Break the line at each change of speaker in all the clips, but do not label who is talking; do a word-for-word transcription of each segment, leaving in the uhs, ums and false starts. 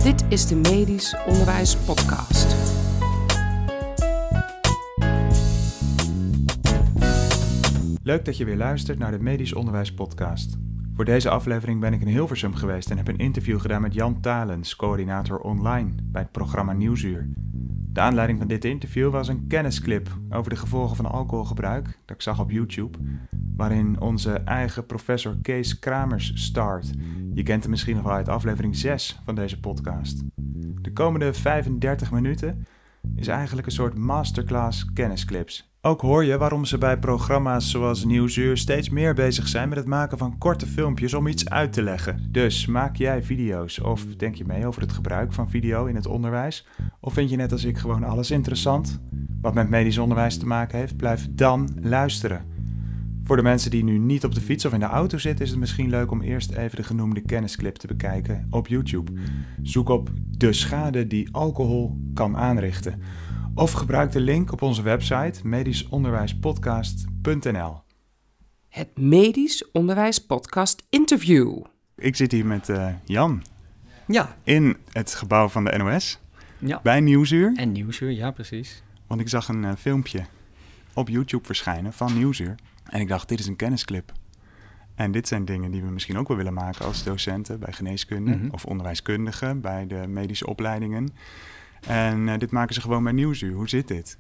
Dit is de Medisch Onderwijs Podcast.
Leuk dat je weer luistert naar de Medisch Onderwijs Podcast. Voor deze aflevering ben ik in Hilversum geweest en heb een interview gedaan met Jan Talens, coördinator online bij het programma Nieuwsuur. De aanleiding van dit interview was een kennisclip over de gevolgen van alcoholgebruik dat ik zag op YouTube, waarin onze eigen professor Kees Kramers start. Je kent hem misschien nog wel uit aflevering zes van deze podcast. De komende vijfendertig minuten is eigenlijk een soort masterclass kennisclips. Ook hoor je waarom ze bij programma's zoals Nieuwsuur steeds meer bezig zijn met het maken van korte filmpjes om iets uit te leggen. Dus maak jij video's of denk je mee over het gebruik van video in het onderwijs? Of vind je net als ik gewoon alles interessant? Wat met medisch onderwijs te maken heeft, blijf dan luisteren. Voor de mensen die nu niet op de fiets of in de auto zitten, is het misschien leuk om eerst even de genoemde kennisclip te bekijken op YouTube. Zoek op de schade die alcohol kan aanrichten. Of gebruik de link op onze website medisch onderwijs podcast punt n l.
Het Medisch Onderwijs Podcast Interview.
Ik zit hier met uh, Jan.
Ja.
In het gebouw van de N O S.
Ja.
Bij Nieuwsuur.
En Nieuwsuur, ja precies.
Want ik zag een uh, filmpje op YouTube verschijnen van Nieuwsuur. En ik dacht, dit is een kennisclip. En dit zijn dingen die we misschien ook wel willen maken als docenten bij geneeskunde. Mm-hmm. Of onderwijskundigen bij de medische opleidingen. En uh, dit maken ze gewoon bij Nieuwsuur. Hoe zit dit?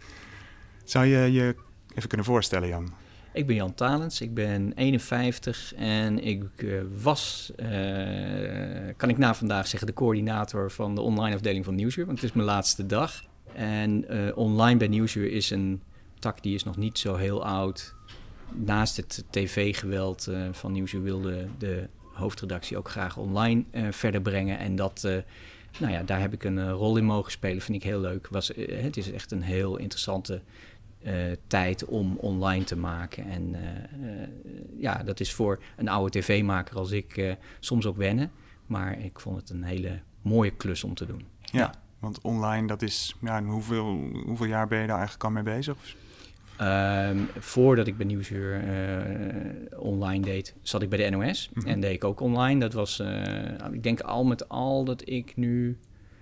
Zou je je even kunnen voorstellen, Jan?
Ik ben Jan Talens, ik ben eenenvijftig en ik uh, was, uh, kan ik na vandaag zeggen, de coördinator van de online afdeling van Nieuwsuur. Want het is mijn laatste dag. En uh, online bij Nieuwsuur is een tak die is nog niet zo heel oud. Naast het tv-geweld uh, van Nieuwsuur wilde de hoofdredactie ook graag online uh, verder brengen. En dat... Uh, Nou ja, daar heb ik een uh, rol in mogen spelen, vind ik heel leuk. Was, uh, het is echt een heel interessante uh, tijd om online te maken. En uh, uh, ja, dat is voor een oude tv-maker als ik uh, soms ook wennen. Maar ik vond het een hele mooie klus om te doen.
Ja, ja. Want online, dat is... Ja, hoeveel, hoeveel jaar ben je daar eigenlijk al mee bezig?
Um, voordat ik bij Nieuwsuur uh, online deed, zat ik bij de N O S. Mm-hmm. En deed ik ook online. Dat was, uh, ik denk al met al dat ik nu...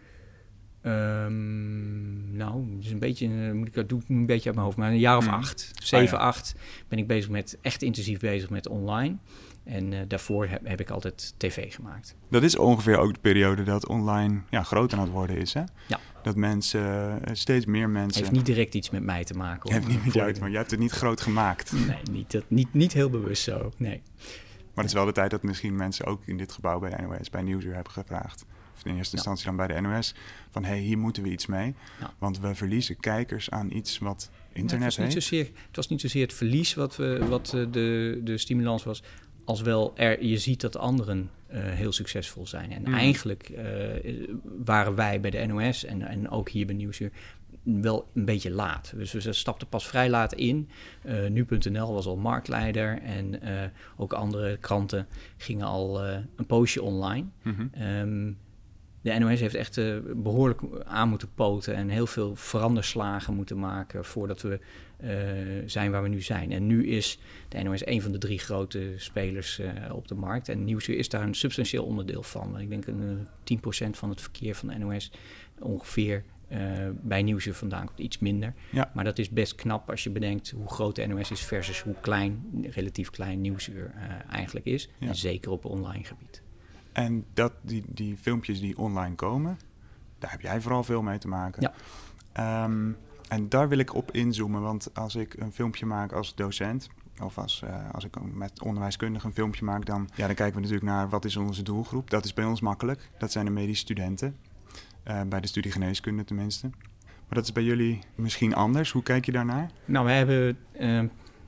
Um, nou, dus een beetje, uh, moet ik dat doe ik een beetje uit mijn hoofd, maar een jaar of mm-hmm. acht, zeven, ah, ja. acht ben ik bezig met, echt intensief bezig met online. En uh, daarvoor heb, heb ik altijd tv gemaakt.
Dat is ongeveer ook de periode dat online ja, groter aan het worden is, hè?
Ja.
Dat mensen, uh, steeds meer mensen...
Heeft niet direct iets met mij te maken.
Heeft niet met jou te maken, jij hebt het niet groot gemaakt.
Nee, niet, dat, niet, niet heel bewust zo, nee.
Maar het is wel de tijd dat misschien mensen ook in dit gebouw bij de N O S, bij Nieuwsuur hebben gevraagd. Of in eerste instantie ja. dan bij de N O S, van hé, hey, hier moeten we iets mee. Ja. Want we verliezen kijkers aan iets wat internet
ja, het was niet zozeer, het was niet zozeer het verlies wat, we, wat de, de stimulans was, als wel er, je ziet dat anderen uh, heel succesvol zijn. En mm. eigenlijk uh, waren wij bij de N O S en, en ook hier bij Nieuwsuur wel een beetje laat. Dus we stapten pas vrij laat in. Uh, nu punt n l was al marktleider en uh, ook andere kranten gingen al uh, een poosje online. Mm-hmm. Um, de N O S heeft echt uh, behoorlijk aan moeten poten en heel veel veranderslagen moeten maken voordat we uh, zijn waar we nu zijn. En nu is de N O S een van de drie grote spelers uh, op de markt. En Nieuwsuur is daar een substantieel onderdeel van. Ik denk een uh, tien procent van het verkeer van de N O S ongeveer uh, bij Nieuwsuur vandaan komt. Iets minder. Ja. Maar dat is best knap als je bedenkt hoe groot de N O S is versus hoe klein, relatief klein Nieuwsuur uh, eigenlijk is. Ja. En zeker op online gebied.
En dat, die, die filmpjes die online komen, daar heb jij vooral veel mee te maken. Ja. Um, en daar wil ik op inzoomen, want als ik een filmpje maak als docent, of als, uh, als ik met onderwijskundigen een filmpje maak, dan, ja, dan kijken we natuurlijk naar wat is onze doelgroep. Dat is bij ons makkelijk. Dat zijn de medische studenten, uh, bij de studie geneeskunde tenminste. Maar dat is bij jullie misschien anders. Hoe kijk je daarnaar?
Nou, wij hebben... Uh...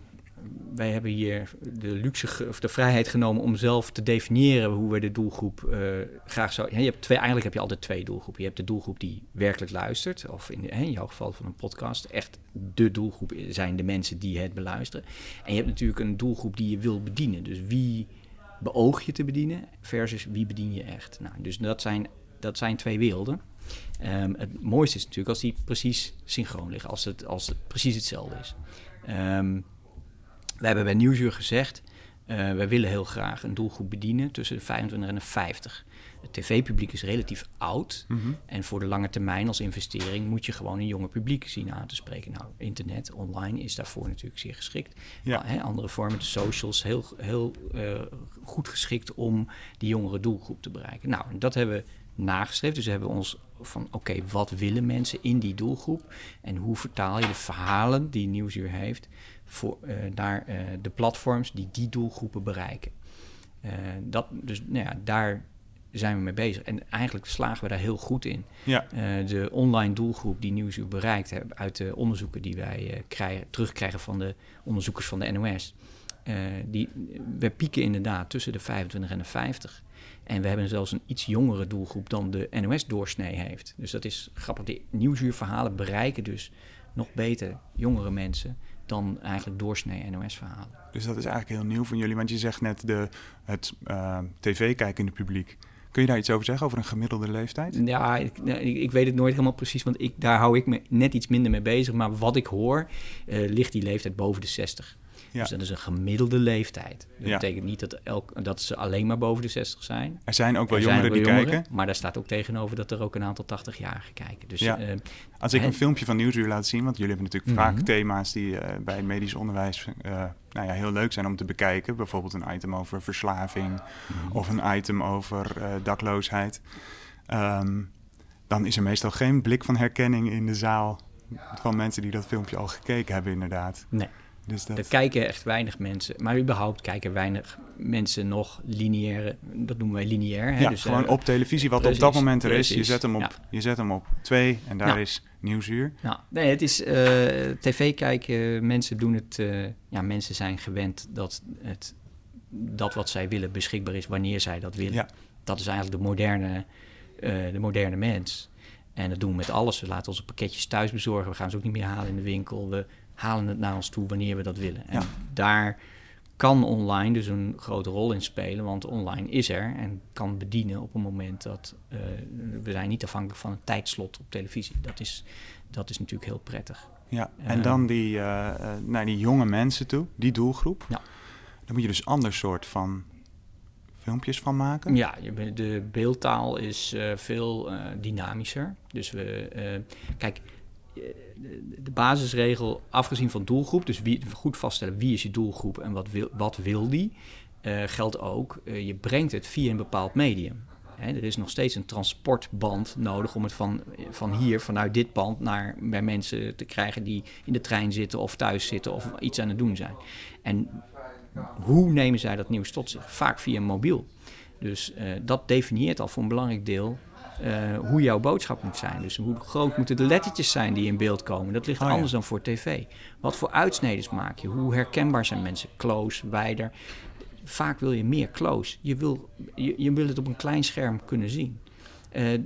Wij hebben hier de luxe of de vrijheid genomen om zelf te definiëren hoe we de doelgroep uh, graag zou... Je hebt twee, eigenlijk heb je altijd twee doelgroepen. Je hebt de doelgroep die werkelijk luistert, of in, in jouw geval van een podcast, echt de doelgroep zijn de mensen die het beluisteren. En je hebt natuurlijk een doelgroep die je wil bedienen. Dus wie beoog je te bedienen versus wie bedien je echt? Nou, dus dat zijn, dat zijn twee werelden. Um, het mooiste is natuurlijk als die precies synchroon liggen, als het, als het precies hetzelfde is. Um, We hebben bij Nieuwsuur gezegd, Uh, wij willen heel graag een doelgroep bedienen tussen de vijfentwintig en de vijftig. Het tv-publiek is relatief oud. Mm-hmm. En voor de lange termijn als investering moet je gewoon een jonge publiek zien aan te spreken. Nou, internet, online is daarvoor natuurlijk zeer geschikt. Ja. Maar, hè, andere vormen, de socials, heel, heel uh, goed geschikt om die jongere doelgroep te bereiken. Nou, en dat hebben we nagestreefd. Dus we hebben ons van, oké, okay, wat willen mensen in die doelgroep? En hoe vertaal je de verhalen die Nieuwsuur heeft voor, uh, naar uh, de platforms die die doelgroepen bereiken? Uh, dat, dus nou ja, daar zijn we mee bezig. En eigenlijk slagen we daar heel goed in. Ja. Uh, de online doelgroep die Nieuwsuur bereikt, hè, uit de onderzoeken die wij uh, krijgen, terugkrijgen van de onderzoekers van de N O S. Uh, die, we pieken inderdaad tussen de vijfentwintig en de vijftig. En we hebben zelfs een iets jongere doelgroep dan de N O S-doorsnee heeft. Dus dat is grappig. De Nieuwsuurverhalen bereiken dus nog beter jongere mensen dan eigenlijk doorsnee N O S-verhalen.
Dus dat is eigenlijk heel nieuw van jullie. Want je zegt net de, het uh, tv-kijkende publiek. Kun je daar iets over zeggen, over een gemiddelde leeftijd?
Ja, ik, ik weet het nooit helemaal precies, want ik, daar hou ik me net iets minder mee bezig. Maar wat ik hoor, uh, ligt die leeftijd boven de zestig. Ja. Dus dat is een gemiddelde leeftijd. Dat ja. betekent niet dat, elk, dat ze alleen maar boven de zestig zijn.
Er zijn ook wel er jongeren die jongeren, kijken.
Maar daar staat ook tegenover dat er ook een aantal tachtigjarigen kijken. Dus,
ja. uh, Als ik
he,
een filmpje van Nieuwsuur laat zien, want jullie hebben natuurlijk mm-hmm. vaak thema's die uh, bij het medisch onderwijs uh, nou ja, heel leuk zijn om te bekijken. Bijvoorbeeld een item over verslaving mm-hmm. of een item over uh, dakloosheid. Um, dan is er meestal geen blik van herkenning in de zaal van mensen die dat filmpje al gekeken hebben inderdaad.
Nee. Dus dat... Er kijken echt weinig mensen, maar überhaupt kijken weinig mensen nog lineaire, dat noemen wij lineair. Hè?
Ja,
dus,
gewoon
uh,
op televisie, wat precies, op dat moment er is. Je zet hem op,
ja.
je zet hem op twee en daar ja. is Nieuwsuur.
Nou, nee, het is uh, tv kijken, mensen doen het, uh, ja, mensen zijn gewend dat het, dat wat zij willen beschikbaar is wanneer zij dat willen. Ja. Dat is eigenlijk de moderne, uh, de moderne mens. En dat doen we met alles. We laten onze pakketjes thuis bezorgen, we gaan ze ook niet meer halen in de winkel. We halen het naar ons toe wanneer we dat willen. En ja. daar kan online dus een grote rol in spelen, want online is er en kan bedienen op een moment dat uh, we zijn niet afhankelijk van een tijdslot op televisie. Dat is, dat is natuurlijk heel prettig.
Ja, en uh, dan die, uh, naar die jonge mensen toe, die doelgroep. Ja. Dan moet je dus ander soort van filmpjes van maken?
Ja, de beeldtaal is uh, veel uh, dynamischer. Dus we, uh, kijk, de basisregel, afgezien van doelgroep, dus wie, goed vaststellen wie is je doelgroep en wat wil, wat wil die, uh, geldt ook, uh, je brengt het via een bepaald medium. Hè, er is nog steeds een transportband nodig om het van, van hier, vanuit dit pand, naar bij mensen te krijgen die in de trein zitten of thuis zitten of iets aan het doen zijn. En hoe nemen zij dat nieuws tot zich? Vaak via mobiel. Dus uh, dat definieert al voor een belangrijk deel Uh, hoe jouw boodschap moet zijn. Dus hoe groot moeten de lettertjes zijn die in beeld komen. Dat ligt oh, anders ja. dan voor tv. Wat voor uitsneden maak je? Hoe herkenbaar zijn mensen? Close, wijder. Vaak wil je meer close. Je wil, je, je wil het op een klein scherm kunnen zien. Uh, de,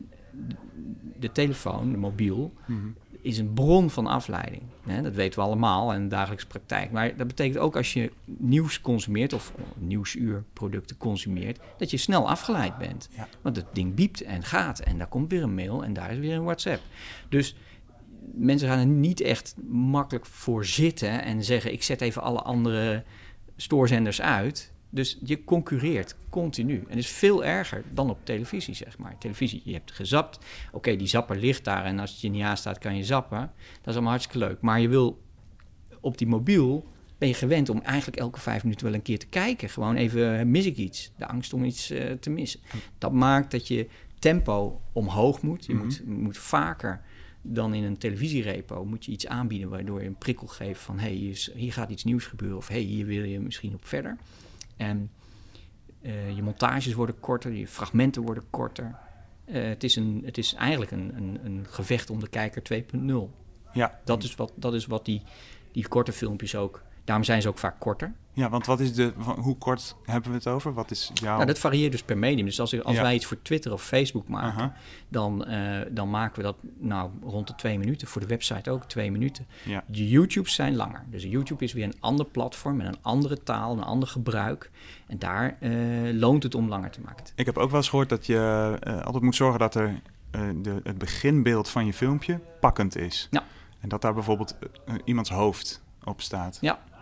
de telefoon, de mobiel, mm-hmm. is een bron van afleiding. Hè? Dat weten we allemaal in de dagelijkse praktijk. Maar dat betekent ook als je nieuws consumeert of nieuwsuurproducten consumeert, dat je snel afgeleid bent. Ja. Want het ding biept en gaat en daar komt weer een mail en daar is weer een WhatsApp. Dus mensen gaan er niet echt makkelijk voor zitten en zeggen, ik zet even alle andere stoorzenders uit. Dus je concurreert continu. En dat is veel erger dan op televisie, zeg maar. Televisie, je hebt gezapt. Oké, okay, die zapper ligt daar en als het je niet aanstaat, kan je zappen. Dat is allemaal hartstikke leuk. Maar je wil op die mobiel, ben je gewend om eigenlijk elke vijf minuten wel een keer te kijken. Gewoon even, mis ik iets? De angst om iets uh, te missen. Dat maakt dat je tempo omhoog moet. Je mm-hmm. moet, moet vaker dan in een televisierepo moet je iets aanbieden waardoor je een prikkel geeft van, hé, hey, hier, hier gaat iets nieuws gebeuren of hé, hey, hier wil je misschien op verder. En uh, je montages worden korter, je fragmenten worden korter. Uh, het, is een, het is eigenlijk een, een, een gevecht om de kijker twee punt nul. Ja. Dat is wat, dat is wat die, die korte filmpjes ook... Daarom zijn ze ook vaak korter.
Ja, want wat is de, hoe kort hebben we het over? Wat is jouw...
Nou, dat varieert dus per medium. Dus als, als ja. wij iets voor Twitter of Facebook maken, uh-huh. dan, uh, dan maken we dat nou, rond de twee minuten. Voor de website ook twee minuten. Ja. De YouTubes zijn langer. Dus YouTube is weer een ander platform met een andere taal, een ander gebruik. En daar uh, loont het om langer te maken.
Ik heb ook wel eens gehoord dat je uh, altijd moet zorgen dat er, uh, de, het beginbeeld van je filmpje pakkend is. Ja. En dat daar bijvoorbeeld uh, iemands hoofd op staat.
Ja.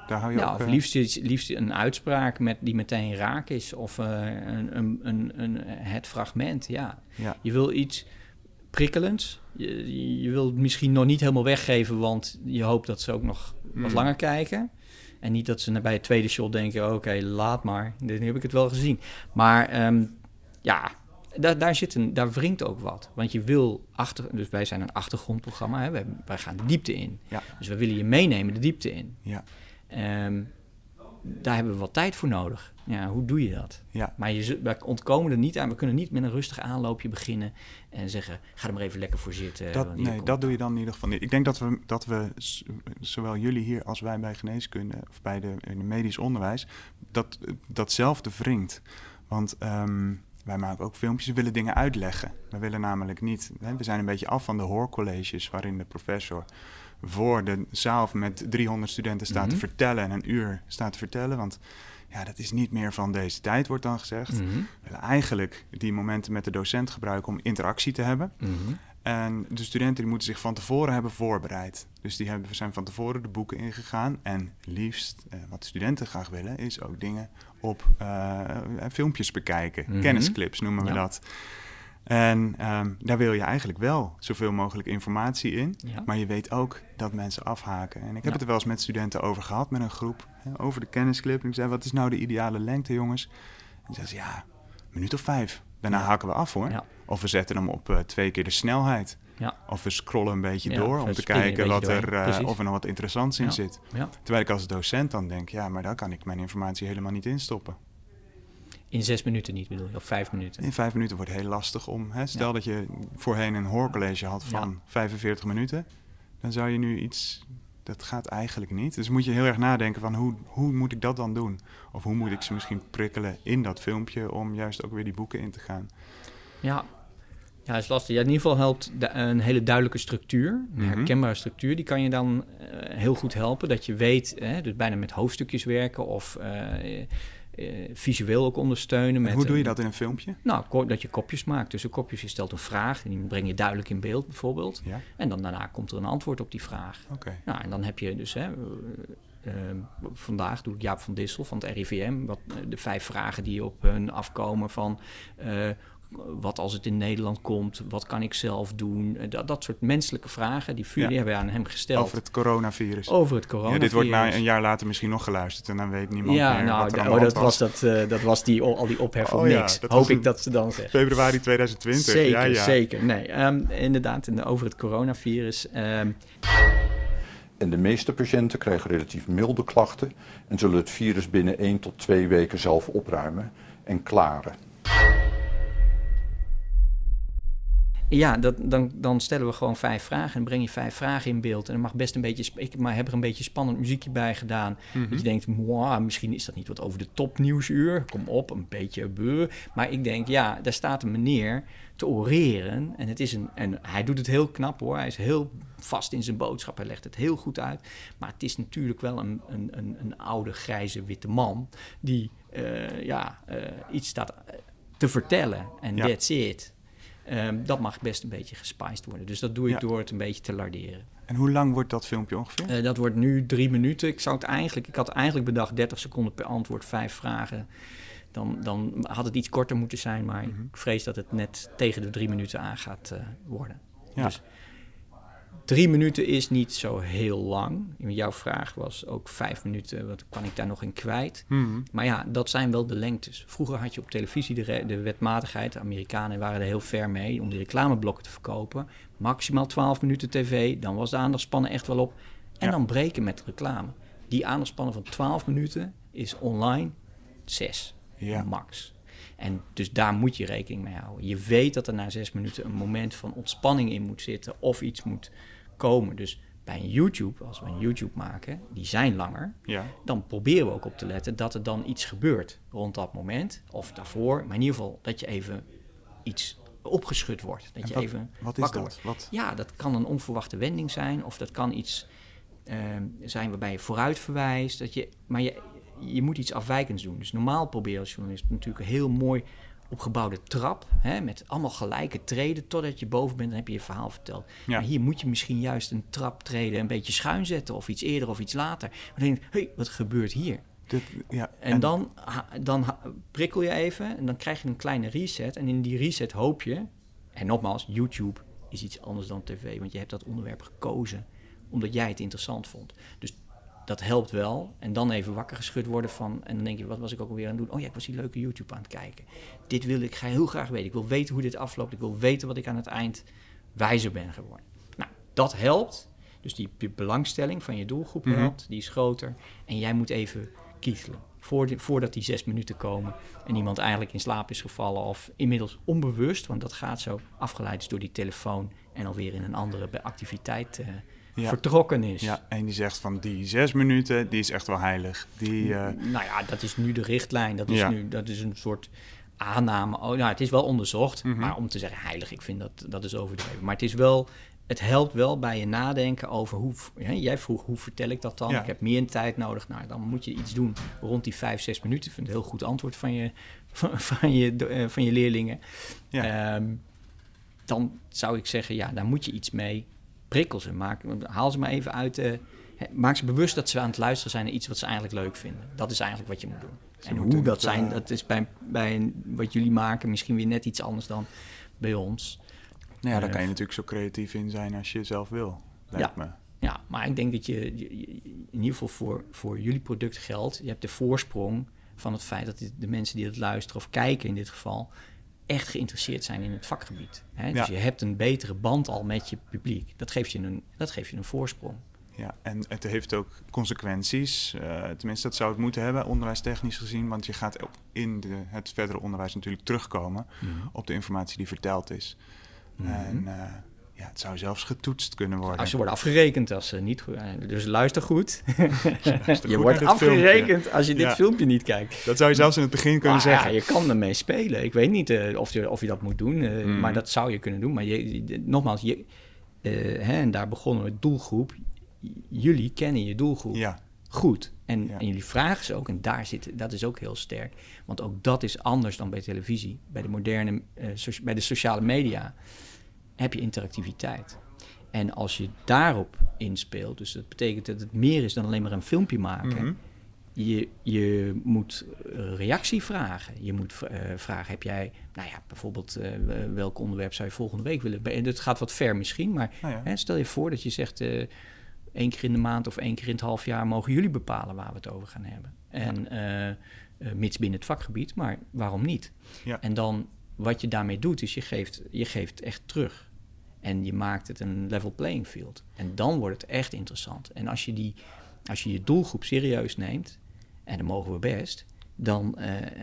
Daar hou je
ja,
ook...
of
Uh...
liefst, iets, liefst een uitspraak met, die meteen raak is. Of uh, een, een, een, een, het fragment, ja.
ja.
Je wil iets prikkelends. Je, je wil het misschien nog niet helemaal weggeven, want je hoopt dat ze ook nog mm. wat langer kijken. En niet dat ze bij het tweede shot denken, oké, okay, laat maar. Nu heb ik het wel gezien. Maar um, ja, daar, daar, zit een, daar wringt ook wat. Want je wil achter... Dus wij zijn een achtergrondprogramma. Hè? Wij, wij gaan de diepte in.
Ja.
Dus we willen je meenemen de diepte in.
Ja.
Um, daar hebben we wat tijd voor nodig. Ja, hoe doe je dat?
Ja.
Maar je, we ontkomen er niet aan. We kunnen niet met een rustig aanloopje beginnen en zeggen, ga er maar even lekker voor zitten.
Dat, nee, komt. dat doe je dan in ieder geval niet. Ik denk dat we, dat we, zowel jullie hier als wij bij geneeskunde of bij de, in het medisch onderwijs, dat datzelfde wringt. Want um, wij maken ook filmpjes, we willen dingen uitleggen. We willen namelijk niet, hè, we zijn een beetje af van de hoorcolleges waarin de professor voor de zaal met driehonderd studenten staat mm-hmm. te vertellen en een uur staat te vertellen. Want ja, dat is niet meer van deze tijd, wordt dan gezegd. Mm-hmm. We willen eigenlijk die momenten met de docent gebruiken om interactie te hebben.
Mm-hmm.
En de studenten die moeten zich van tevoren hebben voorbereid. Dus die hebben, zijn van tevoren de boeken ingegaan. En liefst, uh, wat studenten graag willen, is ook dingen op uh, filmpjes bekijken. Mm-hmm. Kennisclips noemen we ja. dat. En um, daar wil je eigenlijk wel zoveel mogelijk informatie in. Ja. Maar je weet ook dat mensen afhaken. En ik heb ja. het er wel eens met studenten over gehad, met een groep. Hè, over de kennisclip. En ik zei, wat is nou de ideale lengte, jongens? En ze zei, ja, een minuut of vijf. Daarna ja. haken we af, hoor. Ja. Of we zetten hem op uh, twee keer de snelheid. Ja. Of we scrollen een beetje ja, door om te kijken wat er, uh, of er nog wat interessants in ja. zit. Ja. Terwijl ik als docent dan denk, ja, maar daar kan ik mijn informatie helemaal niet instoppen.
In zes minuten niet, bedoel je? Of vijf minuten?
In vijf minuten wordt het heel lastig om... Hè, stel ja. dat je voorheen een hoorcollege had van ja. vijfenveertig minuten... dan zou je nu iets... Dat gaat eigenlijk niet. Dus moet je heel erg nadenken van hoe, hoe moet ik dat dan doen? Of hoe moet ik ze misschien prikkelen in dat filmpje... om juist ook weer die boeken in te gaan?
Ja, ja dat is lastig. Ja, in ieder geval helpt de, een hele duidelijke structuur. Een mm-hmm. herkenbare structuur. Die kan je dan uh, heel goed helpen. Dat je weet, hè, dus bijna met hoofdstukjes werken of... Uh, Uh, visueel ook ondersteunen. Met
hoe doe je
een,
dat in een filmpje?
Nou, ko- dat je kopjes maakt. Tussen kopjes, je stelt een vraag en die breng je duidelijk in beeld bijvoorbeeld. Ja. En dan daarna komt er een antwoord op die vraag.
Okay.
Nou, en dan heb je dus... Hè, uh, uh, vandaag doe ik Jaap van Dissel van het R I V M. Wat, uh, de vijf vragen die op hun afkomen van... Uh, wat als het in Nederland komt? Wat kan ik zelf doen? Dat, dat soort menselijke vragen, die, vuur, ja. die hebben we aan hem gesteld.
Over het coronavirus.
Over het coronavirus.
Ja, dit wordt na een jaar later misschien nog geluisterd en dan weet niemand
ja,
meer
nou,
wat er aan
oh,
de hand
dat was. Dat, uh, dat was die, al die ophef op
oh,
niks.
Ja,
Hoop ik dat ze dan zeggen.
Februari tweeduizend twintig.
Zeker,
ja, ja.
zeker. Nee, um, inderdaad, in de, over het coronavirus... Um,
En de meeste patiënten krijgen relatief milde klachten... en zullen het virus binnen één tot twee weken zelf opruimen en klaren.
Ja, dat, dan, dan stellen we gewoon vijf vragen en breng je vijf vragen in beeld. En er mag best een beetje, ik maar heb er een beetje spannend muziekje bij gedaan. Mm-hmm. Dat je denkt, wow, misschien is dat niet wat over de topnieuwsuur. Kom op, een beetje beu. Maar ik denk, ja, daar staat een meneer te oreren. En, het is een, en hij doet het heel knap hoor. Hij is heel vast in zijn boodschap. Hij legt het heel goed uit. Maar het is natuurlijk wel een, een, een, een oude, grijze, witte man... die uh, ja, uh, iets staat te vertellen. En ja. that's it. Um, dat mag best een beetje gespiced worden. Dus dat doe ik ja. door het een beetje te larderen.
En hoe lang wordt dat filmpje ongeveer?
Uh, dat wordt nu drie minuten. Ik, zou het eigenlijk, ik had eigenlijk bedacht dertig seconden per antwoord, vijf vragen. Dan, dan had het iets korter moeten zijn, maar mm-hmm. ik vrees dat het net tegen de drie minuten aan gaat uh, worden. Ja. Dus drie minuten is niet zo heel lang. Jouw vraag was ook vijf minuten, wat kan ik daar nog in kwijt? Mm-hmm. Maar ja, dat zijn wel de lengtes. Vroeger had je op televisie de, re- de wetmatigheid. De Amerikanen waren er heel ver mee om die reclameblokken te verkopen. Maximaal twaalf minuten tv, dan was de aandachtspannen echt wel op. En ja. dan breken met reclame. Die aandachtspannen van twaalf minuten is online zes, ja. max. En dus daar moet je rekening mee houden. Je weet dat er na zes minuten een moment van ontspanning in moet zitten of iets moet komen. Dus bij een YouTube, als we een YouTube maken, die zijn langer, ja. dan proberen we ook op te letten dat er dan iets gebeurt rond dat moment of daarvoor. Maar in ieder geval dat je even iets opgeschud wordt. Dat je
wat,
even
wat is dat? Wat?
Ja, dat kan een onverwachte wending zijn of dat kan iets uh, zijn waarbij je vooruit verwijst. Dat je, maar je, je moet iets afwijkends doen. Dus normaal probeer je als journalist natuurlijk heel mooi opgebouwde trap, hè, met allemaal gelijke treden, totdat je boven bent, dan heb je je verhaal verteld.
Ja.
Maar hier moet je misschien juist een traptreden een beetje schuin zetten, of iets eerder of iets later. Maar dan denk je, hé, wat gebeurt hier?
Dit, ja,
En, en dan, dan prikkel je even en dan krijg je een kleine reset. En in die reset hoop je, en nogmaals, YouTube is iets anders dan tv, want je hebt dat onderwerp gekozen omdat jij het interessant vond. Dus dat helpt wel. En dan even wakker geschud worden van, en dan denk je, wat was ik ook alweer aan het doen? Oh ja, ik was die leuke YouTube aan het kijken. Dit wil ik, ga heel graag weten. Ik wil weten hoe dit afloopt. Ik wil weten wat ik aan het eind wijzer ben geworden. Nou, dat helpt. Dus die belangstelling van je doelgroep helpt, mm-hmm. die is groter. En jij moet even kietelen. Voordat die zes minuten komen en iemand eigenlijk in slaap is gevallen of inmiddels onbewust, want dat gaat zo, afgeleid is door die telefoon en alweer in een andere activiteit uh, ja. vertrokken is.
Ja, en die zegt van die zes minuten, die is echt wel heilig. Die, uh...
Nou ja, dat is nu de richtlijn. Dat is,
ja.
nu, dat is een soort aanname. Oh, nou, het is wel onderzocht,
mm-hmm.
maar om te zeggen heilig, ik vind dat, dat is overdreven. Maar het is wel... Het helpt wel bij je nadenken over hoe... Ja, jij vroeg, hoe vertel ik dat dan? Ja. Ik heb meer tijd nodig. Nou, dan moet je iets doen rond die vijf, zes minuten. Ik vind het een heel goed antwoord van je, van, van je, uh, van je leerlingen. Ja. Um, dan zou ik zeggen, ja, daar moet je iets mee. Prikkel ze. Maak, haal ze maar even uit... Uh, maak ze bewust dat ze aan het luisteren zijn naar iets wat ze eigenlijk leuk vinden. Dat is eigenlijk wat je moet doen. Ze en hoe dat zijn, uh... dat is bij, bij een, wat jullie maken misschien weer net iets anders dan bij ons...
Nou ja, daar kan je natuurlijk zo creatief in zijn als je zelf wil, lijkt
ja.
me.
Ja, maar ik denk dat je, je, je in ieder geval voor, voor jullie product geldt. Je hebt de voorsprong van het feit dat dit, de mensen die het luisteren of kijken in dit geval echt geïnteresseerd zijn in het vakgebied. Hè? Dus ja. je hebt een betere band al met je publiek. Dat geeft je een, dat geeft je een voorsprong.
Ja, en het heeft ook consequenties. Uh, tenminste, dat zou het moeten hebben, onderwijstechnisch gezien. Want je gaat in de, het verdere onderwijs natuurlijk terugkomen mm-hmm. op de informatie die verteld is. Mm-hmm. En uh, ja, het zou zelfs getoetst kunnen worden.
Als ze worden afgerekend als ze niet goed... Dus luister goed.
luister
je
goed
wordt afgerekend
filmpje.
Als je dit ja. filmpje niet kijkt.
Dat zou je zelfs in het begin kunnen
maar,
zeggen.
Ja, je kan ermee spelen. Ik weet niet uh, of, je, of je dat moet doen. Uh, mm. Maar dat zou je kunnen doen. Maar je, je, nogmaals, je, uh, hè, en daar begonnen we, doelgroep. Jullie kennen je doelgroep
ja.
goed. En,
ja.
en jullie vragen ze ook. En daar zit, dat is ook heel sterk. Want ook dat is anders dan bij televisie. Bij de moderne, uh, so, bij de sociale media heb je interactiviteit. En als je daarop inspeelt, dus dat betekent dat het meer is dan alleen maar een filmpje maken. Mm-hmm. Je, je moet reactie vragen. Je moet uh, vragen, heb jij, nou ja, bijvoorbeeld uh, welk onderwerp zou je volgende week willen? En het gaat wat ver misschien, maar oh ja. hè, stel je voor dat je zegt uh, één keer in de maand of één keer in het half jaar mogen jullie bepalen waar we het over gaan hebben. En ja. uh, uh, mits binnen het vakgebied, maar waarom niet? Ja. En dan wat je daarmee doet, is je geeft, je geeft echt terug. En je maakt het een level playing field. En dan wordt het echt interessant. En als je, die, als je je doelgroep serieus neemt, en dat mogen we best, dan, uh, uh,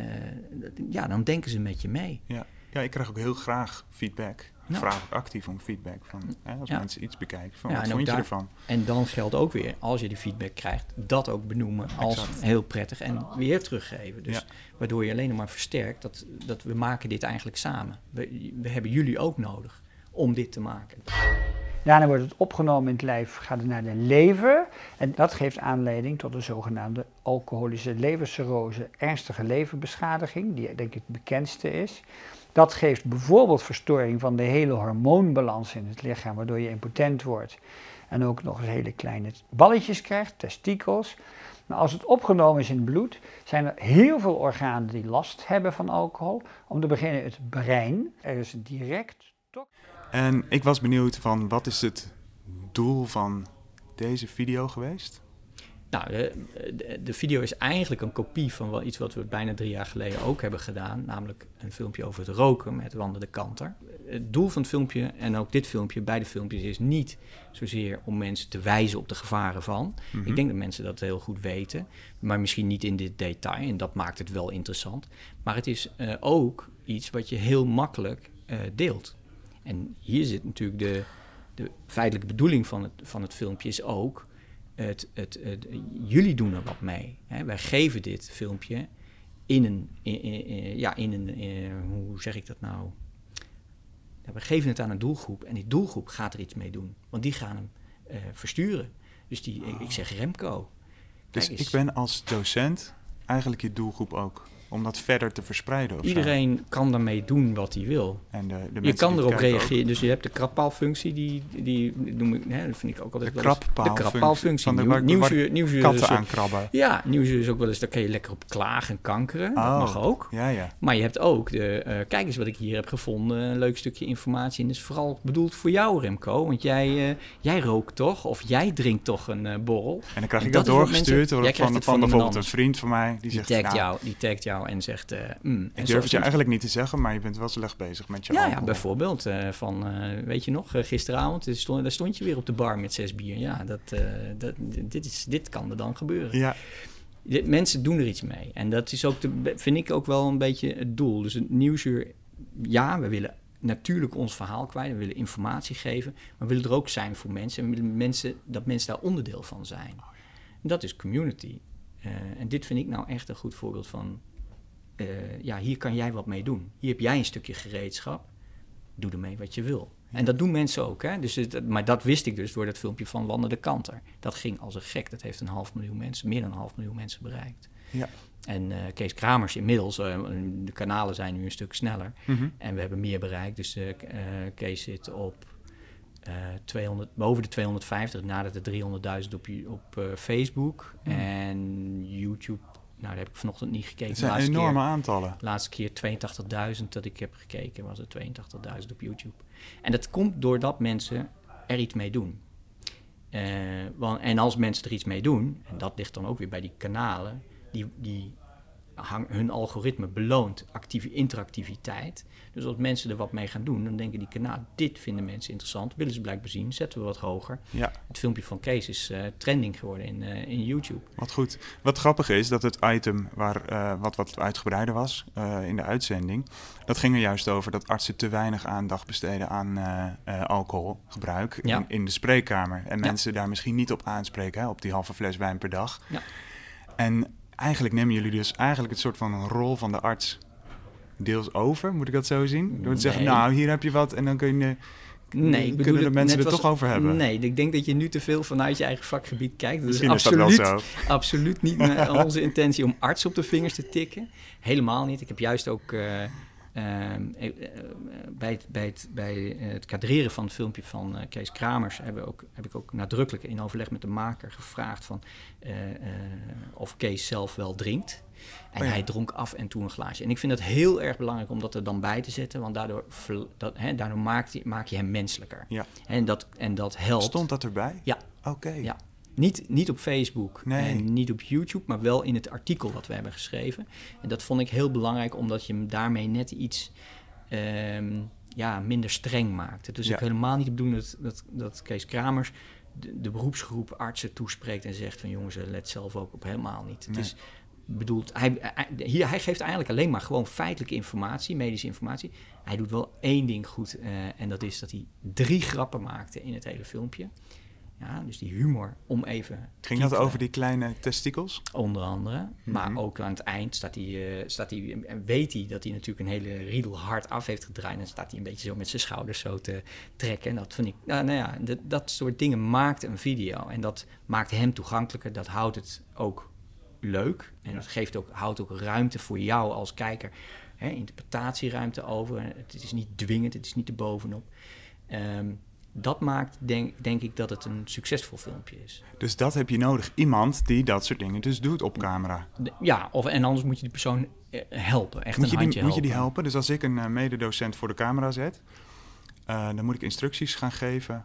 ja, dan denken ze met je mee.
Ja, ja, ik krijg ook heel graag feedback. Ik nou. vraag ook actief om feedback. Van, hè, als ja. mensen iets bekijken, van, ja, wat vond je daar, ervan?
En dan geldt ook weer, als je die feedback krijgt, dat ook benoemen als exact. Heel prettig en weer teruggeven. Dus ja. waardoor je alleen nog maar versterkt dat, dat we maken dit eigenlijk samen. We, we hebben jullie ook nodig om dit te maken.
Daarna wordt het opgenomen in het lijf, gaat het naar de lever. En dat geeft aanleiding tot de zogenaamde alcoholische levercirrose, ernstige leverbeschadiging, die denk ik het bekendste is. Dat geeft bijvoorbeeld verstoring van de hele hormoonbalans in het lichaam, waardoor je impotent wordt. En ook nog eens hele kleine balletjes krijgt, testikels. Maar als het opgenomen is in het bloed, zijn er heel veel organen die last hebben van alcohol. Om te beginnen het brein. Er is een direct...
En ik was benieuwd van, wat is het doel van deze video geweest?
Nou, de, de, de video is eigenlijk een kopie van wel iets wat we bijna drie jaar geleden ook hebben gedaan. Namelijk een filmpje over het roken met Wanda de Kanter. Het doel van het filmpje, en ook dit filmpje, beide filmpjes, is niet zozeer om mensen te wijzen op de gevaren van. Mm-hmm. Ik denk dat mensen dat heel goed weten, maar misschien niet in dit detail. En dat maakt het wel interessant. Maar het is uh, ook iets wat je heel makkelijk uh, deelt. En hier zit natuurlijk de, de feitelijke bedoeling van het, van het filmpje is ook... Het, het, het, jullie doen er wat mee. Hè? Wij geven dit filmpje in een... In, in, ja, in een... In, hoe zeg ik dat nou? Ja, we geven het aan een doelgroep. En die doelgroep gaat er iets mee doen. Want die gaan hem uh, versturen. Dus die, oh. ik, ik zeg Remco.
Dus Kijk, ik ben als docent eigenlijk je doelgroep ook. om dat verder te verspreiden? Of
Iedereen
zo?
kan daarmee doen wat hij wil.
En de, de
Je kan
die
erop
kijken
reageren. Dus je hebt de krappaalfunctie, die, die noem ik, hè, dat vind ik ook altijd
De
wel eens-
krappaalfunctie.
De krappaalfunctie.
Van de
Nieuw-
waar-
Nieuwsuur,
waar
nieuwsuur
katten
is ook-
aankrabben.
Ja, nieuwsuur is ook wel eens, daar kan je lekker op klagen en kankeren. Dat
Oh.
mag ook.
Ja, ja.
Maar je hebt ook de, uh, kijk eens wat ik hier heb gevonden, een leuk stukje informatie. En dat is vooral bedoeld voor jou, Remco. Want jij, uh, jij rookt toch? Of jij drinkt toch een uh, borrel?
En dan krijg
En
ik
dat
dat
is wat
doorgestuurd
mensen-
door-
jij
van,
krijgt
van,
het van
bijvoorbeeld
iemand
een vriend van mij. Die,
Die
zegt,
tagt,
nou,
jou, die tagt jou en zegt... Uh, mm.
ik
En
durf
zo-
het je eigenlijk niet te zeggen, maar je bent wel slecht bezig met je
Ja, ja,
alcohol.
bijvoorbeeld. Uh, van, uh, weet je nog, uh, gisteravond er stond, daar stond je weer op de bar met zes bier. Ja, dat, uh, dat, dit, is, dit kan er dan gebeuren.
Ja,
De, mensen doen er iets mee. En dat is ook, de, vind ik ook wel een beetje het doel. Dus het Nieuwsuur, ja, we willen natuurlijk ons verhaal kwijt. We willen informatie geven. Maar we willen er ook zijn voor mensen. En we willen mensen, dat mensen daar onderdeel van zijn. En dat is community. Uh, en dit vind ik nou echt een goed voorbeeld van... Uh, ja, hier kan jij wat mee doen. Hier heb jij een stukje gereedschap. Doe ermee wat je wil. Ja. En dat doen mensen ook. Hè? Dus het, maar dat wist ik dus door dat filmpje van Wander de Kanter. Dat ging als een gek. Dat heeft een half miljoen mensen, meer dan een half miljoen mensen bereikt. Ja. En uh, Kees Kramers inmiddels, uh, de kanalen zijn nu een stuk sneller. Mm-hmm. En we hebben meer bereikt. Dus uh, uh, Kees zit op uh, tweehonderd, boven de tweehonderdvijftig, nadat de driehonderdduizend op, op uh, Facebook. Mm. En YouTube, nou, daar heb ik vanochtend niet gekeken.
Het zijn
laatste
enorme
keer,
wantallen.
De laatste keer tweeëntachtigduizend dat ik heb gekeken, was het tweeëntachtigduizend op YouTube. En dat komt doordat mensen er iets mee doen. Uh, want, en als mensen er iets mee doen, en dat ligt dan ook weer bij die kanalen, die, die hang, hun algoritme beloont actieve interactiviteit. Dus als mensen er wat mee gaan doen, dan denken die kanalen, dit vinden mensen interessant, willen ze blijkbaar zien, zetten we wat hoger. Ja. Het filmpje van Kees is uh, trending geworden in, uh, in YouTube.
Wat goed. Wat grappig is, dat het item waar, uh, wat wat uitgebreider was uh, in de uitzending, dat ging er juist over dat artsen te weinig aandacht besteden aan uh, uh, alcoholgebruik ja. in, in de spreekkamer. En ja. mensen daar misschien niet op aanspreken, hè, op die halve fles wijn per dag. Ja. En eigenlijk nemen jullie dus eigenlijk het soort van een rol van de arts deels over, moet ik dat zo zien? Door te nee. zeggen, nou, hier heb je wat en dan kun je...
Nee, ik
kunnen de mensen er
was,
toch over hebben?
Nee, ik denk dat je nu te veel vanuit je eigen vakgebied kijkt. Dat
Misschien
is absoluut,
is dat wel zo.
absoluut niet onze intentie om artsen op de vingers te tikken. Helemaal niet. Ik heb juist ook uh, uh, uh, bij, het, bij, het, bij het kadreren van het filmpje van uh, Kees Kramers heb, ook, heb ik ook nadrukkelijk in overleg met de maker gevraagd van, uh, uh, of Kees zelf wel drinkt. En oh ja. hij dronk af en toe een glaasje. En ik vind dat heel erg belangrijk om dat er dan bij te zetten. Want daardoor, dat, hè, daardoor maak, je, maak je hem menselijker. Ja. En, dat, en dat helpt.
Stond dat erbij?
Ja.
Oké. Okay.
Ja. Niet, niet op Facebook
nee.
en niet op YouTube, maar wel in het artikel wat we hebben geschreven. En dat vond ik heel belangrijk, omdat je hem daarmee net iets um, ja, minder streng maakte. Dus ja. ik helemaal niet bedoel dat, dat, dat Kees Kramers de, de beroepsgroep artsen toespreekt en zegt van jongens, let zelf ook op, helemaal niet. Nee. Het is bedoeld, hij, hij, hier, hij geeft eigenlijk alleen maar gewoon feitelijke informatie, medische informatie. Hij doet wel één ding goed uh, en dat is dat hij drie grappen maakte in het hele filmpje. Ja, dus die humor om even...
Ging dat over die kleine testikels?
Onder andere. Mm-hmm. Maar ook aan het eind staat hij, uh, staat hij, weet hij dat hij natuurlijk een hele riedel hard af heeft gedraaid. En dan staat hij een beetje zo met zijn schouders zo te trekken. En dat vind ik... Nou, nou ja, dat, dat soort dingen maakt een video. En dat maakt hem toegankelijker. Dat houdt het ook leuk. En dat geeft ook, houdt ook ruimte voor jou als kijker. Hè, interpretatieruimte over. Het is niet dwingend, het is niet erbovenop. Um, Dat maakt, denk, denk ik, dat het een succesvol filmpje is.
Dus dat heb je nodig. Iemand die dat soort dingen dus doet op camera.
De, ja, of, en anders moet je die persoon helpen. Echt
moet
een
je
handje
die,
helpen.
Moet je die helpen? Dus als ik een uh, mededocent voor de camera zet, uh, dan moet ik instructies gaan geven.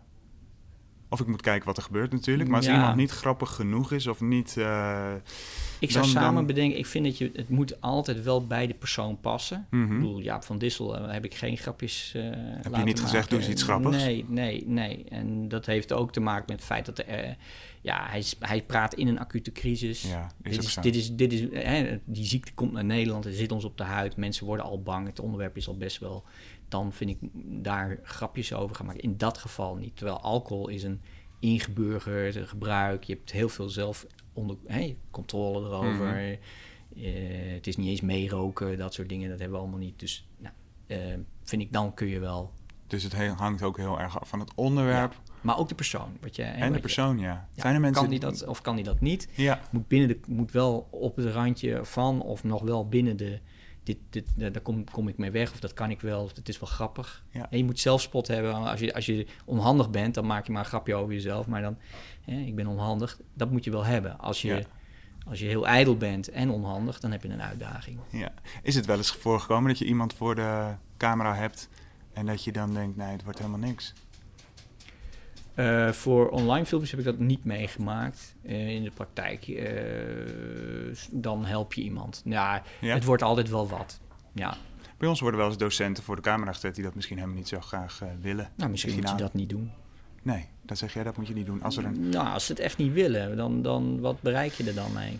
Of ik moet kijken wat er gebeurt natuurlijk. Maar als ja. iemand niet grappig genoeg is of niet... Uh,
ik zou
dan,
samen
dan...
bedenken, ik vind dat je, het moet altijd wel bij de persoon passen.
Mm-hmm.
Ik bedoel, Jaap van Dissel uh, heb ik geen grapjes uh,
Heb
laten
je niet gezegd, doe eens iets grappigs?
Nee, nee, nee. En dat heeft ook te maken met het feit dat... Uh, ja, hij, hij praat in een acute crisis.
Ja, is
dit, is, dit is, dit is, hè, die ziekte komt naar Nederland, het zit ons op de huid. Mensen worden al bang, het onderwerp is al best wel... Dan vind ik daar grapjes over gaan maken. In dat geval niet. Terwijl alcohol is een ingeburgerd gebruik. Je hebt heel veel zelf onder, hey, controle erover. Mm-hmm. Uh, het is niet eens meeroken, dat soort dingen. Dat hebben we allemaal niet. Dus nou, uh, vind ik, dan kun je wel...
Dus het hangt ook heel erg af van het onderwerp... Ja.
Maar ook de persoon. Wat je,
en de persoon, ja.
ja.
Zijn er mensen
kan die dat of kan die dat niet?
Ja.
Moet, binnen de, moet wel op het randje van of nog wel binnen de... Dit, dit, daar kom, kom ik mee weg of dat kan ik wel. Of het is wel grappig.
Ja.
En je moet zelfspot hebben. Als je, als je onhandig bent, dan maak je maar een grapje over jezelf. Maar dan, hè, ik ben onhandig. Dat moet je wel hebben. Als je,
Ja.
als je heel ijdel bent en onhandig, dan heb je een uitdaging.
Ja. Is het wel eens voorgekomen dat je iemand voor de camera hebt en dat je dan denkt, nee, het wordt helemaal niks?
Uh, voor online filmpjes heb ik dat niet meegemaakt. Uh, in de praktijk, uh, dan help je iemand. Ja,
Ja?
het wordt altijd wel wat. Ja.
Bij ons worden wel eens docenten voor de camera gezet die dat misschien helemaal niet zo graag uh, willen.
Nou, misschien moet je dat niet doen.
Nee, dan zeg jij dat moet je niet doen. Als er een...
Nou, als ze het echt niet willen, dan, dan wat bereik je er dan mee?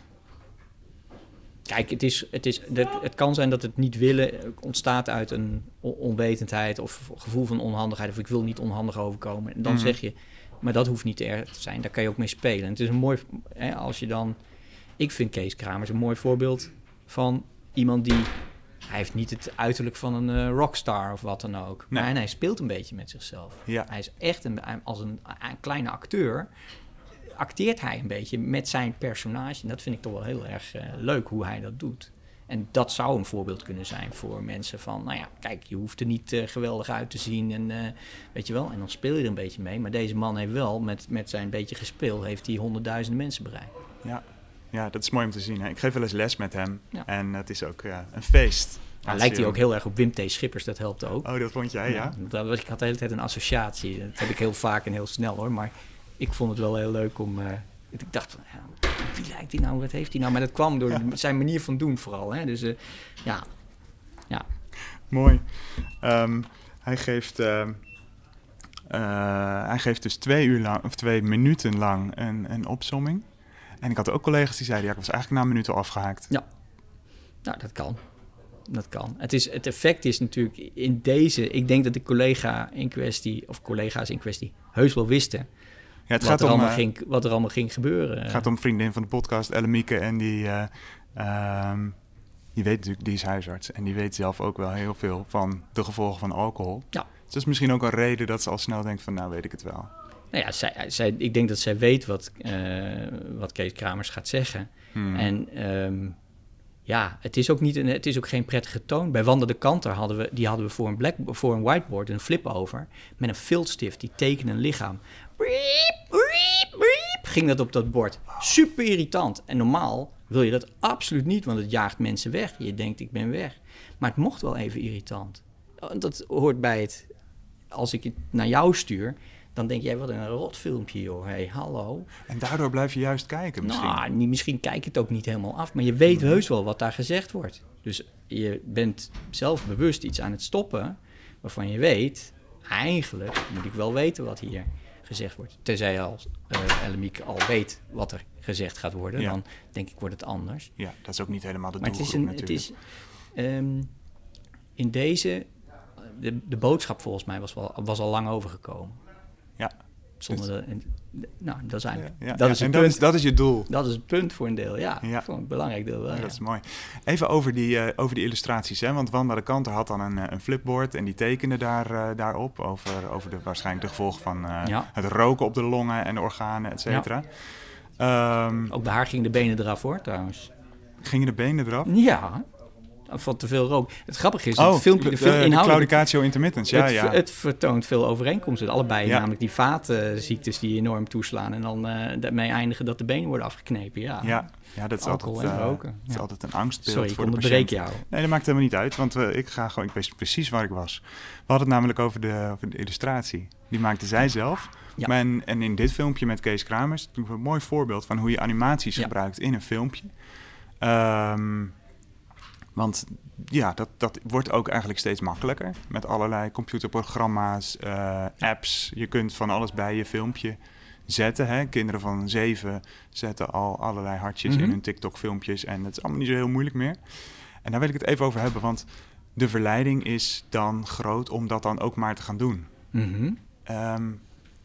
Kijk, het, is, het, is, het, het kan zijn dat het niet willen ontstaat uit een onwetendheid of gevoel van onhandigheid. Of ik wil niet onhandig overkomen. En dan
Mm-hmm.
zeg je, maar dat hoeft niet erg te zijn. Daar kan je ook mee spelen. En het is een mooi, hè, als je dan... Ik vind Kees Kramers een mooi voorbeeld van iemand die... Hij heeft niet het uiterlijk van een uh, rockstar of wat dan ook.
Nee.
Maar en hij speelt een beetje met zichzelf.
Ja.
Hij is echt een, als een, een kleine acteur... acteert hij een beetje met zijn personage. En dat vind ik toch wel heel erg uh, leuk hoe hij dat doet. En dat zou een voorbeeld kunnen zijn voor mensen van... nou ja, kijk, je hoeft er niet uh, geweldig uit te zien en uh, weet je wel. En dan speel je er een beetje mee. Maar deze man heeft wel, met, met zijn beetje gespeel... heeft hij honderdduizenden mensen bereikt.
Ja. ja, dat is mooi om te zien. Hè? Ik geef wel eens les met hem.
Ja.
En het is ook ja, een feest.
Nou, lijkt hij ook heel erg op Wim T. Schippers, dat helpt ook.
Oh, dat vond jij, ja?
ja? Dat was, ik had de hele tijd een associatie. Dat heb ik heel vaak en heel snel, hoor. Maar ik vond het wel heel leuk om... Uh, ik dacht van, ja, wie lijkt hij nou, wat heeft hij nou? Maar dat kwam door zijn manier van doen vooral. Hè? Dus uh, ja, ja.
Mooi. Um, hij geeft... Uh, uh, hij geeft dus twee uur lang, of twee minuten lang een, een opsomming. En ik had ook collega's die zeiden, ja, ik was eigenlijk na een minuut al afgehaakt.
Ja, nou, dat kan. Dat kan. Het, is, het effect is natuurlijk in deze... Ik denk dat de collega in kwestie, of collega's in kwestie, heus wel wisten...
Ja, het
wat,
gaat
er
om,
allemaal
uh,
ging, wat er allemaal ging gebeuren.
Het gaat om een vriendin van de podcast, Ellemieke, en die, uh, um, die weet natuurlijk, die is huisarts. En die weet zelf ook wel heel veel van de gevolgen van alcohol.
Ja.
Dus dat is misschien ook een reden dat ze al snel denkt van, nou weet ik het wel.
Nou ja, zij, zij, ik denk dat zij weet wat, uh, wat Kees Kramers gaat zeggen.
Hmm.
En um, ja, het is ook niet een, het is ook geen prettige toon. Bij Wanda de Kanter hadden we, die hadden we voor een, black, voor een whiteboard, een flip over, met een viltstift, die tekende een lichaam. Briep, briep, briep, ging dat op dat bord. Super irritant. En normaal wil je dat absoluut niet, want het jaagt mensen weg. Je denkt, ik ben weg. Maar het mocht wel even irritant. Dat hoort bij het, als ik het naar jou stuur, dan denk jij, wat een rot filmpje, joh. Hey, hallo.
En daardoor blijf je juist kijken misschien.
Nou, niet, misschien kijk je het ook niet helemaal af, maar je weet heus wel wat daar gezegd wordt. Dus je bent zelf bewust iets aan het stoppen, waarvan je weet, eigenlijk moet ik wel weten wat hier gezegd wordt. Tenzij je als uh, Ellemiek al weet wat er gezegd gaat worden, ja. Dan denk ik wordt het anders.
Ja, dat is ook niet helemaal de
maar
doelgroep
het is een,
natuurlijk.
Het is, um, in deze, de, de boodschap volgens mij was, wel, was al lang overgekomen.
Ja.
Zonder de, en, de, nou, dat is eigenlijk,
ja, ja,
dat
ja,
is
en
het
dat
punt.
is, dat is je doel.
Dat is het punt voor een deel, ja.
ja.
Voor een belangrijk deel wel,
ja,
ja.
Dat is mooi. Even over die, uh, over die illustraties, hè? Want Wanda de Kanter had dan een, een flipboard en die tekende daar, uh, daarop over, over de, waarschijnlijk de gevolgen van uh, ja. het roken op de longen en de organen, et cetera. Ja. Um,
Ook bij haar gingen de benen eraf, hoor, trouwens.
Gingen de benen eraf?
Ja, van te veel rook. Het grappige is,
oh,
het filmpje... De,
de, de,
de
claudicatio intermittens, ja,
het,
ja.
Het vertoont veel overeenkomsten. Allebei
ja.
namelijk die vaatziektes die enorm toeslaan en dan uh, daarmee eindigen dat de benen worden afgeknepen, ja.
Ja, ja dat is
alcohol
altijd,
en
uh,
roken.
Dat is
ja.
altijd een angstbeeld.
Sorry,
voor
ik
de
onderbreek
patiënt.
jou.
Nee, dat maakt helemaal niet uit, want uh, ik ga gewoon, ik wist precies waar ik was. We hadden het namelijk over de, over de illustratie. Die maakte zij zelf.
Ja.
Maar en, en in dit filmpje met Kees Kramers doen we een mooi voorbeeld van hoe je animaties ja. gebruikt in een filmpje. Um, want ja, dat, dat wordt ook eigenlijk steeds makkelijker. Met allerlei computerprogramma's, uh, apps. Je kunt van alles bij je filmpje zetten. Hè? Kinderen van zeven zetten al allerlei hartjes mm-hmm. in hun TikTok-filmpjes. En dat is allemaal niet zo heel moeilijk meer. En daar wil ik het even over hebben. Want de verleiding is dan groot om dat dan ook maar te gaan doen.
Mm-hmm.
Um,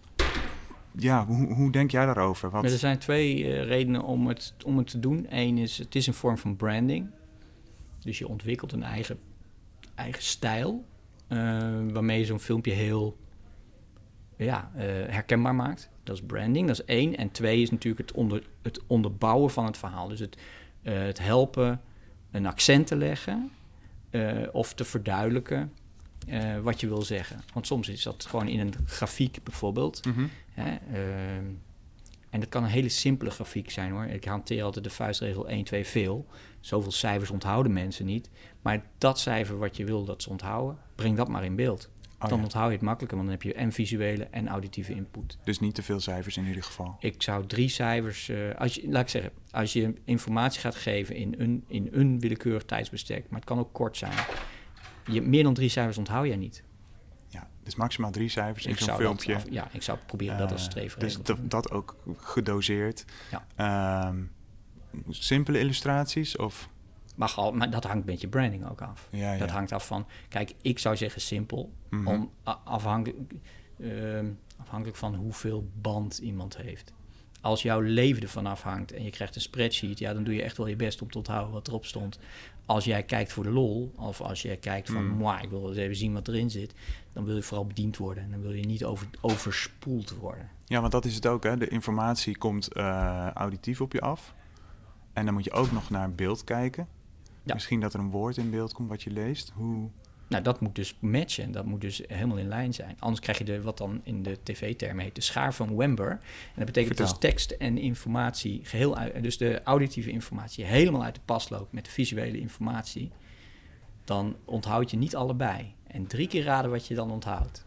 ja, hoe, hoe denk jij daarover? Wat...
Er zijn twee uh, redenen om het, om het te doen. Eén is, het is een vorm van branding. Dus je ontwikkelt een eigen, eigen stijl, uh, waarmee je zo'n filmpje heel ja, uh, herkenbaar maakt. Dat is branding, dat is één. En twee is natuurlijk het, onder, het onderbouwen van het verhaal. Dus het, uh, het helpen een accent te leggen uh, of te verduidelijken uh, wat je wil zeggen. Want soms is dat gewoon in een grafiek bijvoorbeeld.
Mm-hmm.
Hè, uh, en dat kan een hele simpele grafiek zijn hoor. Ik hanteer altijd de vuistregel één, twee, veel. Zoveel cijfers onthouden mensen niet. Maar dat cijfer wat je wil dat ze onthouden, breng dat maar in beeld.
Oh,
dan
ja.
onthoud je het makkelijker, want dan heb je en visuele en auditieve input.
Dus niet te veel cijfers in ieder geval.
Ik zou drie cijfers... Uh, als je, laat ik zeggen, als je informatie gaat geven in een, in een willekeurig tijdsbestek, maar het kan ook kort zijn. Je, meer dan drie cijfers onthoud jij niet.
Ja, dus maximaal drie cijfers in
Ik
zo'n
zou
filmpje.
Dat af, ja, ik zou proberen uh, dat als streefregel.
Dus dat, dat ook gedoseerd.
Ja.
Um, simpele illustraties of...
Mag al, maar dat hangt met je branding ook af.
Ja, ja.
Dat hangt af van... Kijk, ik zou zeggen simpel.
Mm-hmm.
Om, afhankelijk, uh, afhankelijk van hoeveel band iemand heeft. Als jouw leven ervan afhangt en je krijgt een spreadsheet... ja, dan doe je echt wel je best om te onthouden wat erop stond. Als jij kijkt voor de lol... of als jij kijkt van... Mm. Mwah, ik wil eens even zien wat erin zit... dan wil je vooral bediend worden. En dan wil je niet over, overspoeld worden.
Ja, want dat is het ook, hè. De informatie komt uh, auditief op je af. En dan moet je ook nog naar beeld kijken... Ja. Misschien dat er een woord in beeld komt wat je leest. Hoe...
Nou, dat moet dus matchen. Dat moet dus helemaal in lijn zijn. Anders krijg je de, wat dan in de tv-termen heet, de schaar van Wember. En dat betekent
Vertel.
dus tekst en informatie geheel uit... Dus de auditieve informatie helemaal uit de pas loopt met de visuele informatie. Dan onthoud je niet allebei. En drie keer raden wat je dan onthoudt.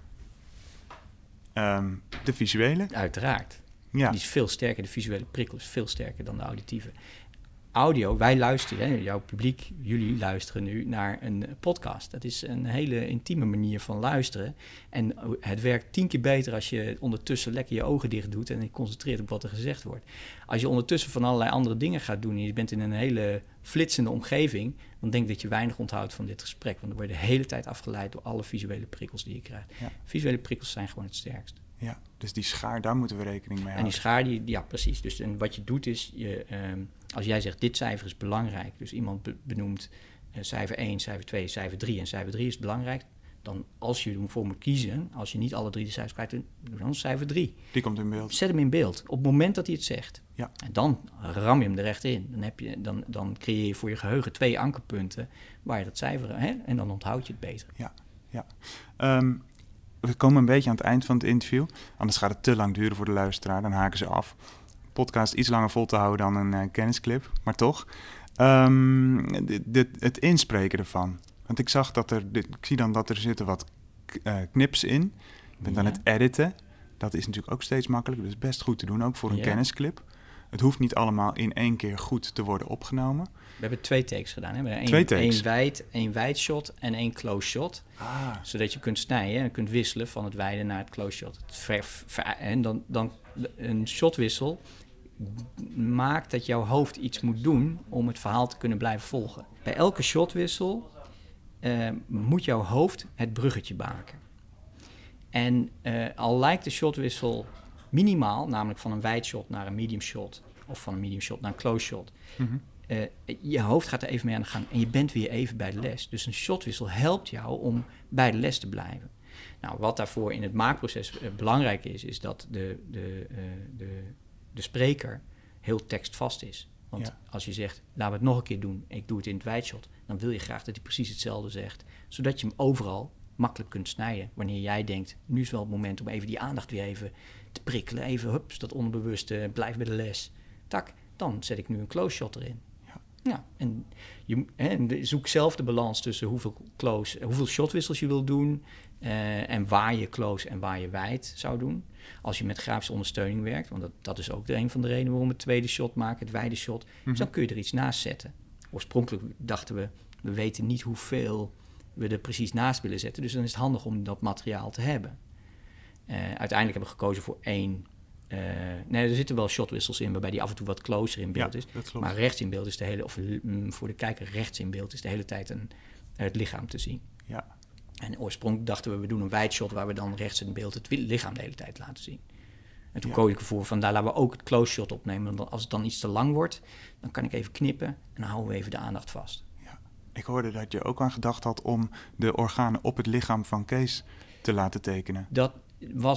Um, de visuele?
Uiteraard.
Ja.
Die is veel sterker. De visuele prikkel is veel sterker dan de auditieve. Audio, wij luisteren, hè, jouw publiek, jullie luisteren nu naar een podcast. Dat is een hele intieme manier van luisteren. En het werkt tien keer beter als je ondertussen lekker je ogen dicht doet en je concentreert op wat er gezegd wordt. Als je ondertussen van allerlei andere dingen gaat doen en je bent in een hele flitsende omgeving, dan denk ik dat je weinig onthoudt van dit gesprek. Want dan word je de hele tijd afgeleid door alle visuele prikkels die je krijgt. Ja. Visuele prikkels zijn gewoon het sterkst.
Ja, dus die schaar, daar moeten we rekening mee houden.
En die schaar, die, ja precies. Dus en wat je doet is, je, um, als jij zegt dit cijfer is belangrijk, dus iemand be- benoemt uh, cijfer één, cijfer twee, cijfer drie en cijfer drie is belangrijk, dan als je ervoor moet kiezen, als je niet alle drie de cijfers krijgt, doe dan cijfer drie.
Die komt in beeld.
Zet hem in beeld, op het moment dat hij het zegt.
Ja.
En dan ram je hem er echt in. Dan, heb je, dan, dan creëer je voor je geheugen twee ankerpunten waar je dat cijfer, hè, en dan onthoud je het beter.
Ja, ja. Um, We komen een beetje aan het eind van het interview. Anders gaat het te lang duren voor de luisteraar. Dan haken ze af. Podcast iets langer vol te houden dan een uh, kennisclip. Maar toch. Um, dit, dit, het inspreken ervan. Want ik zag dat er... Dit, ik zie dan dat er zitten wat uh, knips in. Je bent ja. aan het editen. Dat is natuurlijk ook steeds makkelijker. Dus best goed te doen. Ook voor een ja. kennisclip. Het hoeft niet allemaal in één keer goed te worden opgenomen.
We hebben twee takes gedaan. Hè? We hebben
twee
één,
takes?
één wijd, één wijd shot en één close shot.
Ah.
Zodat je kunt snijden en kunt wisselen van het wijde naar het close shot. Het ver, ver, en dan, dan een shotwissel maakt dat jouw hoofd iets moet doen om het verhaal te kunnen blijven volgen. Bij elke shotwissel uh, moet jouw hoofd het bruggetje maken. En uh, al lijkt de shotwissel minimaal, namelijk van een wijd shot naar een medium shot of van een medium shot naar een close shot.
Mm-hmm.
Uh, je hoofd gaat er even mee aan de gang en je bent weer even bij de les. Dus een shotwissel helpt jou om bij de les te blijven. Nou, wat daarvoor in het maakproces uh, belangrijk is, is dat de, de, uh, de, de spreker heel tekstvast is. Want ja. als je zegt, laten we het nog een keer doen, ik doe het in het wijdshot, dan wil je graag dat hij precies hetzelfde zegt, zodat je hem overal makkelijk kunt snijden. Wanneer jij denkt, nu is wel het moment om even die aandacht weer even te prikkelen, even hups, dat onbewuste, blijf bij de les. Tak, dan zet ik nu een close shot erin. Ja, ja en, je, en zoek zelf de balans tussen hoeveel close, hoeveel shotwissels je wil doen uh, en waar je close en waar je wijd zou doen. Als je met grafische ondersteuning werkt, want dat, dat is ook de een van de redenen waarom we het tweede shot maken, het wijde shot, mm-hmm. dus dan kun je er iets naast zetten. Oorspronkelijk dachten we, we weten niet hoeveel we er precies naast willen zetten, dus dan is het handig om dat materiaal te hebben. Uh, uiteindelijk hebben we gekozen voor één. Uh, nee, er zitten wel shotwissels in waarbij die af en toe wat closer in beeld
ja,
is.
Dat klopt.
Maar rechts in beeld is de hele, of mm, voor de kijker rechts in beeld is de hele tijd een, het lichaam te zien.
Ja.
En oorspronkelijk dachten we, we doen een wide shot waar we dan rechts in beeld het lichaam de hele tijd laten zien. En toen ja. koos ik ervoor van daar laten we ook het close shot opnemen. Want als het dan iets te lang wordt, dan kan ik even knippen en dan houden we even de aandacht vast.
Ja. Ik hoorde dat je ook aan gedacht had om de organen op het lichaam van Kees te laten tekenen.
Dat was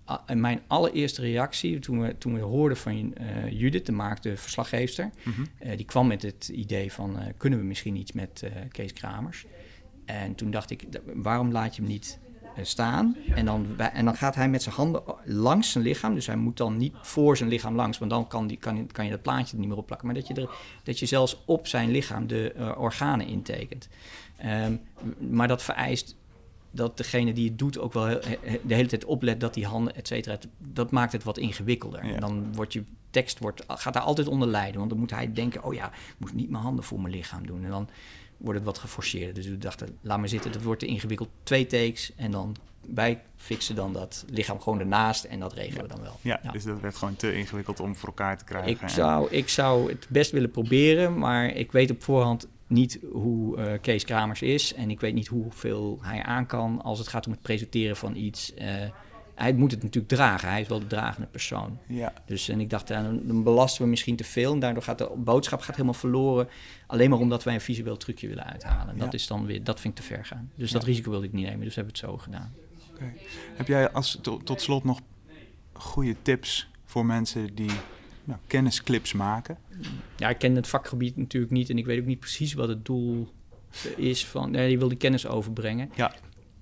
En mijn allereerste reactie, toen we, toen we hoorden van uh, Judith, de Maak, de verslaggeefster... Mm-hmm. Uh, die kwam met het idee van, uh, kunnen we misschien iets met uh, Kees Kramers? En toen dacht ik, waarom laat je hem niet uh, staan? En dan, en dan gaat hij met zijn handen langs zijn lichaam. Dus hij moet dan niet voor zijn lichaam langs, want dan kan, die, kan, kan je dat plaatje er niet meer op plakken. Maar dat je, er, dat je zelfs op zijn lichaam de uh, organen intekent. Um, maar dat vereist dat degene die het doet ook wel de hele tijd oplet dat die handen, et cetera, dat maakt het wat ingewikkelder. Ja. En dan wordt je tekst wordt, gaat daar altijd onder lijden, want dan moet hij denken, oh ja, ik moet niet mijn handen voor mijn lichaam doen. En dan wordt het wat geforceerd. Dus we dachten, laat maar zitten, dat wordt te ingewikkeld. Twee takes en dan wij fixen dan dat lichaam gewoon ernaast en dat regelen
ja.
we dan wel.
Ja, ja, dus dat werd gewoon te ingewikkeld om voor elkaar te krijgen.
Ik zou, ik zou het best willen proberen, maar ik weet op voorhand niet hoe uh, Kees Kramers is en ik weet niet hoeveel hij aan kan als het gaat om het presenteren van iets. Uh, hij moet het natuurlijk dragen, hij is wel de dragende persoon. Ja. Dus en ik dacht, uh, dan belasten we misschien te veel en daardoor gaat de boodschap gaat helemaal verloren. Alleen maar omdat wij een visueel trucje willen uithalen. Ja. Dat is dan weer, dat vind ik te ver gaan. Dus ja. dat risico wilde ik niet nemen, dus hebben we het zo gedaan.
Okay. Heb jij als to, tot slot nog goede tips voor mensen die nou, kennisclips maken?
Ja, ik ken het vakgebied natuurlijk niet en ik weet ook niet precies wat het doel is van. Nee, je wil die kennis overbrengen.
Ja.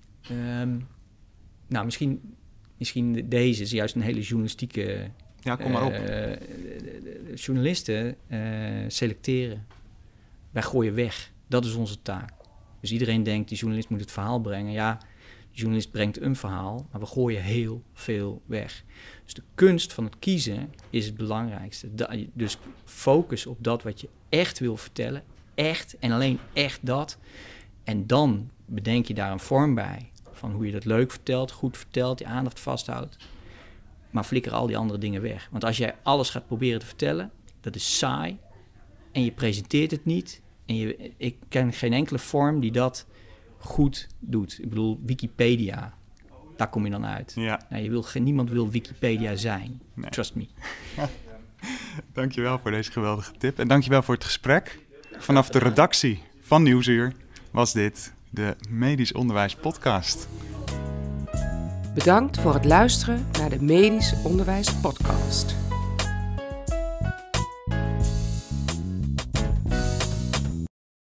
Um, nou, misschien, misschien deze is juist een hele journalistieke.
Ja, kom maar op.
Uh, journalisten uh, selecteren. Wij gooien weg. Dat is onze taak. Dus iedereen denkt, die journalist moet het verhaal brengen. Ja, de journalist brengt een verhaal, maar we gooien heel veel weg. Dus de kunst van het kiezen is het belangrijkste. Da- dus focus op dat wat je echt wil vertellen. Echt en alleen echt dat. En dan bedenk je daar een vorm bij. Van hoe je dat leuk vertelt, goed vertelt, je aandacht vasthoudt. Maar flikker al die andere dingen weg. Want als jij alles gaat proberen te vertellen, dat is saai. En je presenteert het niet. En je, ik ken geen enkele vorm die dat goed doet. Ik bedoel, Wikipedia, daar kom je dan uit.
Ja.
Nou, je wil, niemand wil Wikipedia zijn. Nee. Trust me.
Dankjewel voor deze geweldige tip. En dankjewel voor het gesprek. Vanaf de redactie van Nieuwsuur was dit de Medisch Onderwijs Podcast.
Bedankt voor het luisteren naar de Medisch Onderwijs Podcast.